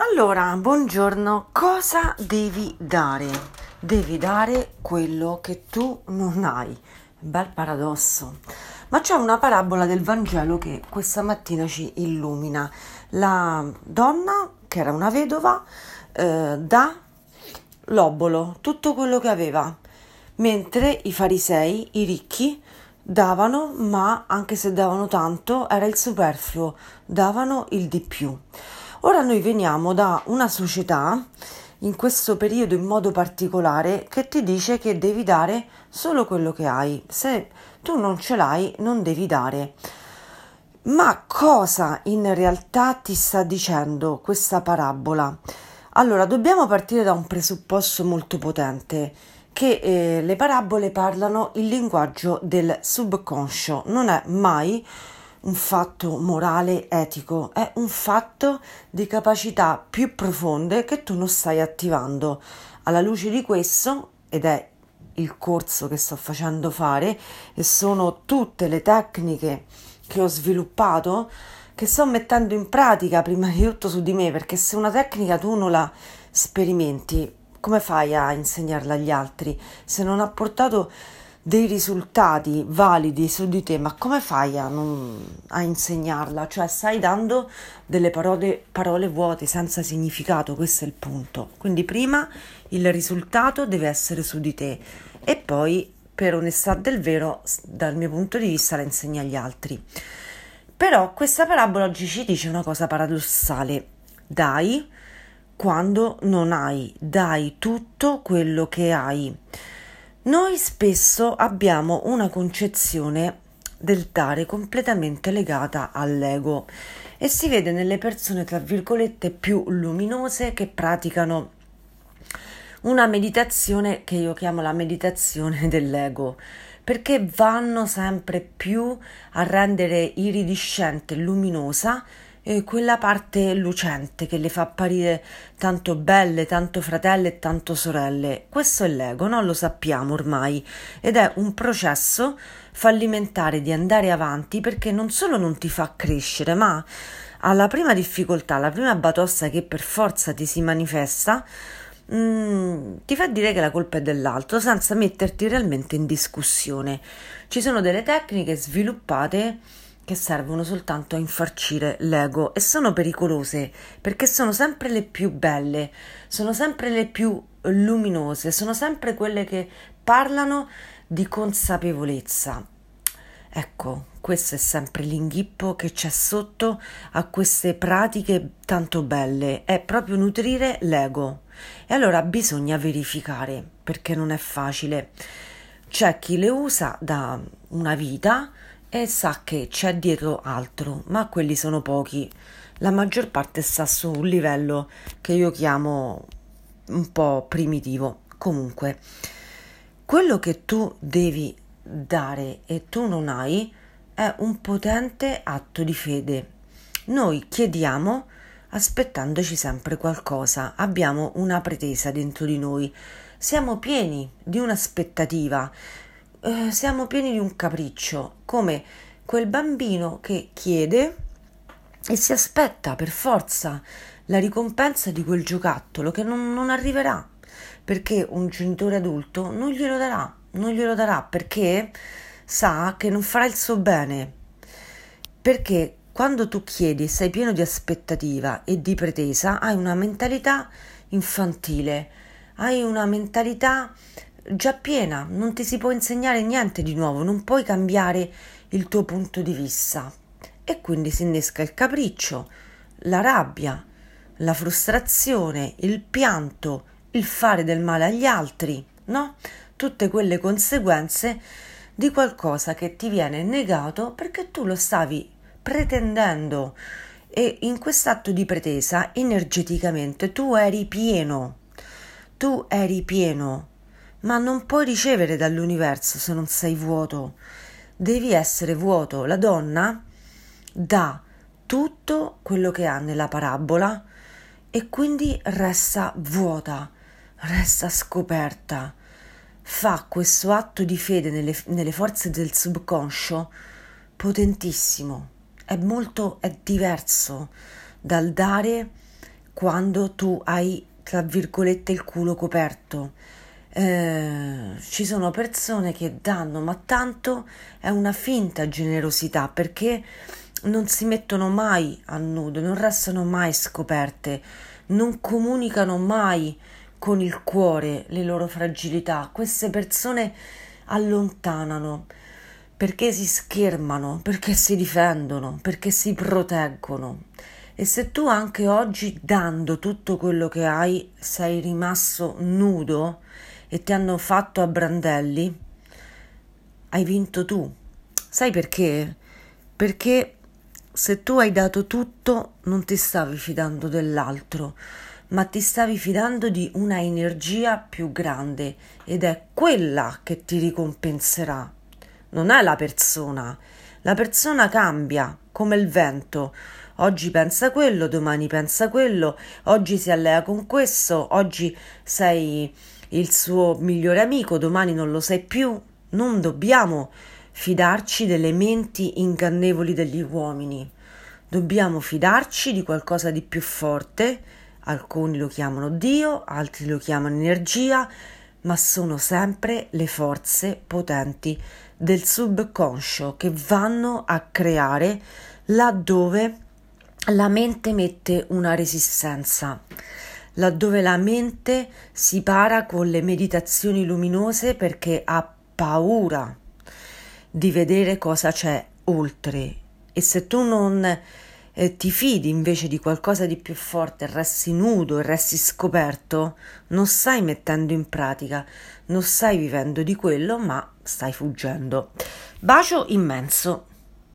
Allora, buongiorno, cosa devi dare? Devi dare quello che tu non hai. Bel paradosso. Ma c'è una parabola del Vangelo che questa mattina ci illumina. La donna, che era una vedova, dà l'obolo, tutto quello che aveva, mentre i farisei, i ricchi, davano, ma anche se davano tanto, era il superfluo, davano il di più. Ora noi veniamo da una società, in questo periodo in modo particolare, che ti dice che devi dare solo quello che hai. Se tu non ce l'hai, non devi dare. Ma cosa in realtà ti sta dicendo questa parabola? Allora, dobbiamo partire da un presupposto molto potente, che le parabole parlano il linguaggio del subconscio, non è mai un fatto morale, etico, è un fatto di capacità più profonde che tu non stai attivando. Alla luce di questo, ed è il corso che sto facendo fare, e sono tutte le tecniche che ho sviluppato, che sto mettendo in pratica prima di tutto su di me, perché se una tecnica tu non la sperimenti, come fai a insegnarla agli altri? Se non ha portato dei risultati validi su di te, ma come fai a insegnarla? Cioè stai dando delle parole vuote, senza significato, questo è il punto. Quindi prima il risultato deve essere su di te e poi, per onestà del vero, dal mio punto di vista, la insegni agli altri. Però questa parabola oggi ci dice una cosa paradossale: dai quando non hai, dai tutto quello che hai. Noi spesso abbiamo una concezione del dare completamente legata all'ego e si vede nelle persone, tra virgolette, più luminose, che praticano una meditazione che io chiamo la meditazione dell'ego, perché vanno sempre più a rendere iridescente e luminosa quella parte lucente che le fa apparire tanto belle, tanto fratelle e tanto sorelle. Questo è l'ego, no? Lo sappiamo ormai, ed è un processo fallimentare di andare avanti, perché non solo non ti fa crescere, ma alla prima difficoltà, alla prima batosta che per forza ti si manifesta, ti fa dire che la colpa è dell'altro senza metterti realmente in discussione. Ci sono delle tecniche sviluppate che servono soltanto a infarcire l'ego e sono pericolose, perché sono sempre le più belle, sono sempre le più luminose, sono sempre quelle che parlano di consapevolezza. Ecco, questo è sempre l'inghippo che c'è sotto a queste pratiche tanto belle, è proprio nutrire l'ego. E allora bisogna verificare, perché non è facile. C'è chi le usa da una vita e sa che c'è dietro altro, ma quelli sono pochi. La maggior parte sta su un livello che io chiamo un po' primitivo. Comunque, quello che tu devi dare e tu non hai è un potente atto di fede. Noi chiediamo aspettandoci sempre qualcosa, abbiamo una pretesa dentro di noi, siamo pieni di un'aspettativa, siamo pieni di un capriccio, come quel bambino che chiede e si aspetta per forza la ricompensa di quel giocattolo che non arriverà, perché un genitore adulto non glielo darà perché sa che non farà il suo bene, perché quando tu chiedi e sei pieno di aspettativa e di pretesa, hai una mentalità infantile, hai una mentalità già piena, non ti si può insegnare niente di nuovo, non puoi cambiare il tuo punto di vista. E quindi si innesca il capriccio, la rabbia, la frustrazione, il pianto, il fare del male agli altri, no? Tutte quelle conseguenze di qualcosa che ti viene negato perché tu lo stavi pretendendo, e in quest'atto di pretesa energeticamente tu eri pieno, ma non puoi ricevere dall'universo se non sei vuoto, devi essere vuoto. La donna dà tutto quello che ha nella parabola e quindi resta vuota, resta scoperta, fa questo atto di fede nelle forze del subconscio potentissimo. È diverso dal dare quando tu hai, tra virgolette, il culo coperto. Ci sono persone che danno, ma tanto è una finta generosità, perché non si mettono mai a nudo, non restano mai scoperte, non comunicano mai con il cuore le loro fragilità. Queste persone allontanano perché si schermano, perché si difendono, perché si proteggono. E se tu anche oggi, dando tutto quello che hai, sei rimasto nudo e ti hanno fatto a brandelli, hai vinto tu. Sai perché? Perché se tu hai dato tutto, non ti stavi fidando dell'altro, ma ti stavi fidando di una energia più grande, ed è quella che ti ricompenserà. Non è la persona. La persona cambia come il vento. Oggi pensa quello, domani pensa quello, oggi si allea con questo, oggi sei il suo migliore amico, domani non lo sei più. Non dobbiamo fidarci delle menti ingannevoli degli uomini. Dobbiamo fidarci di qualcosa di più forte. Alcuni lo chiamano Dio, altri lo chiamano energia, ma sono sempre le forze potenti del subconscio che vanno a creare laddove la mente mette una resistenza, laddove la mente si para con le meditazioni luminose perché ha paura di vedere cosa c'è oltre. E se tu non ti fidi invece di qualcosa di più forte, resti nudo e resti scoperto, non stai mettendo in pratica, non stai vivendo di quello, ma stai fuggendo. Bacio immenso.